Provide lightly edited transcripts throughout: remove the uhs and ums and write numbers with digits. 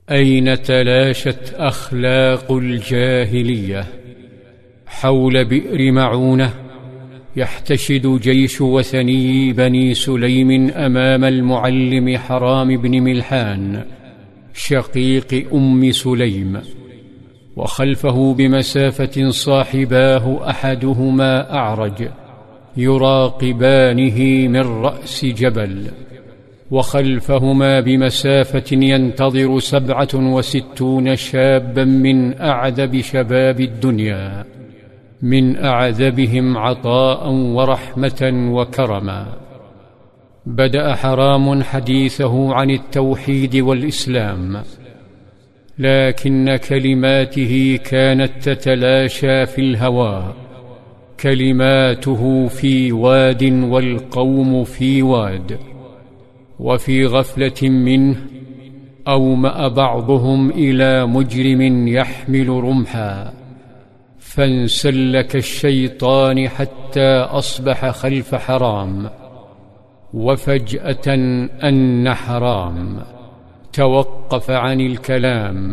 أين تلاشت أخلاق الجاهلية؟ حول بئر معونة يحتشد جيش وثني بني سليم أمام المعلم حرام بن ملحان شقيق أم سليم، وخلفه بمسافة صاحباه أحدهما أعرج يراقبانه من رأس جبل، وخلفهما بمسافة ينتظر 67 شابا من أعذب شباب الدنيا، من أعذبهم عطاء ورحمة وكرما. بدأ حرام حديثه عن التوحيد والإسلام، لكن كلماته كانت تتلاشى في الهواء، كلماته في واد والقوم في واد. وفي غفلة منه أومأ بعضهم إلى مجرم يحمل رمحا، فانسلك الشيطان حتى أصبح خلف حرام، وفجأة أن حرام توقف عن الكلام،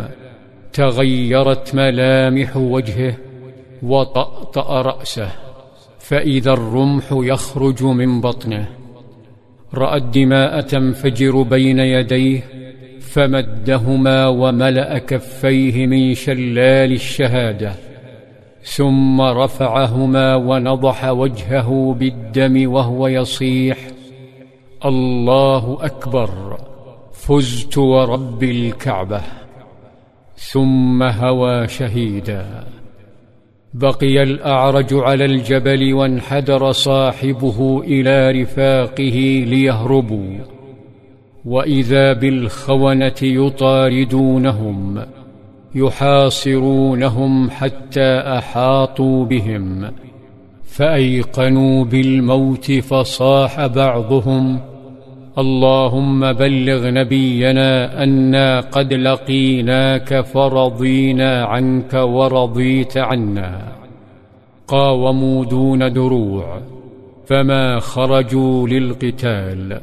تغيرت ملامح وجهه وطأطأ رأسه، فإذا الرمح يخرج من بطنه. رأى الدماء تنفجر بين يديه، فمدهما وملأ كفيه من شلال الشهادة، ثم رفعهما ونضح وجهه بالدم وهو يصيح: الله أكبر، فزت ورب الكعبة. ثم هوى شهيدا. بقي الأعرج على الجبل، وانحدر صاحبه إلى رفاقه ليهربوا، وإذا بالخونة يطاردونهم يحاصرونهم حتى أحاطوا بهم، فأيقنوا بالموت، فصاح بعضهم: اللهم بلغ نبينا أنا قد لقيناك فرضينا عنك ورضيت عنا. قاوموا دون دروع، فما خرجوا للقتال.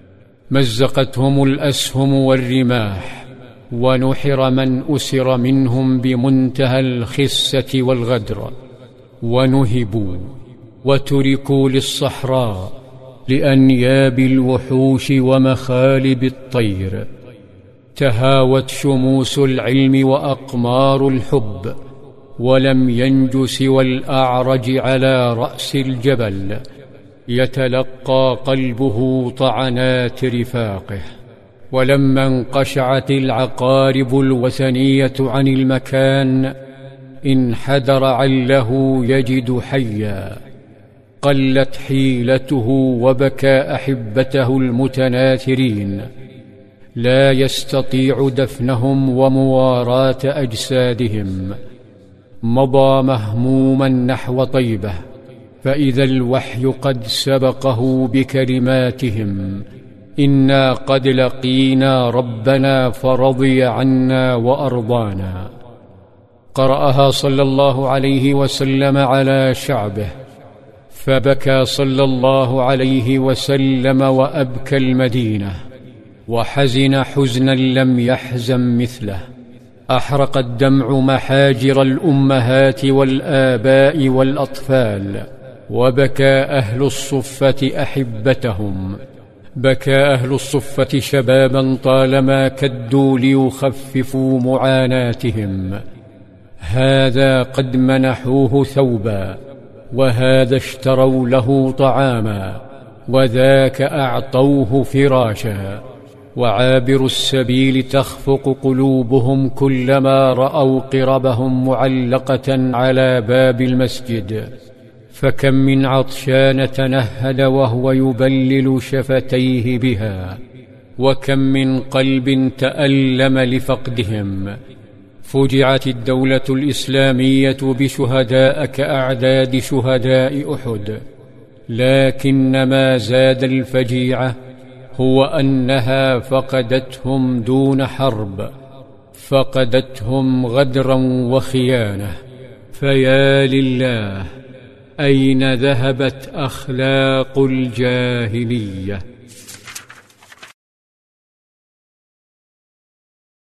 مزقتهم الأسهم والرماح، ونحر من أسر منهم بمنتهى الخسة والغدر، ونهبوا وتركوا للصحراء لأنياب الوحوش ومخالب الطير. تهاوت شموس العلم وأقمار الحب، ولم ينج سوى الأعرج على رأس الجبل يتلقى قلبه طعنات رفاقه. ولما انقشعت العقارب الوثنية عن المكان انحدر عله يجد حيا. قلت حيلته وبكى أحبته المتناثرين، لا يستطيع دفنهم ومواراة أجسادهم. مضى مهموما نحو طيبة، فإذا الوحي قد سبقه بكلماتهم: إنا قد لقينا ربنا فرضي عنا وأرضانا. قرأها صلى الله عليه وسلم على شعبه، فبكى صلى الله عليه وسلم وأبكى المدينة، وحزن حزنا لم يحزن مثله. أحرق الدمع محاجر الأمهات والآباء والأطفال، وبكى أهل الصفة أحبتهم. بكى أهل الصفة شبابا طالما كدوا ليخففوا معاناتهم. هذا قد منحوه ثوبا، وهذا اشتروا له طعاما، وذاك أعطوه فراشا. وعابر السبيل تخفق قلوبهم كلما رأوا قربهم معلقة على باب المسجد. فكم من عطشان تنهد وهو يبلل شفتيه بها، وكم من قلب تألم لفقدهم. فجعت الدولة الإسلامية بشهداء كأعداد شهداء أحد، لكن ما زاد الفجيعة هو أنها فقدتهم دون حرب، فقدتهم غدرا وخيانة. فيا لله، أين ذهبت أخلاق الجاهلية؟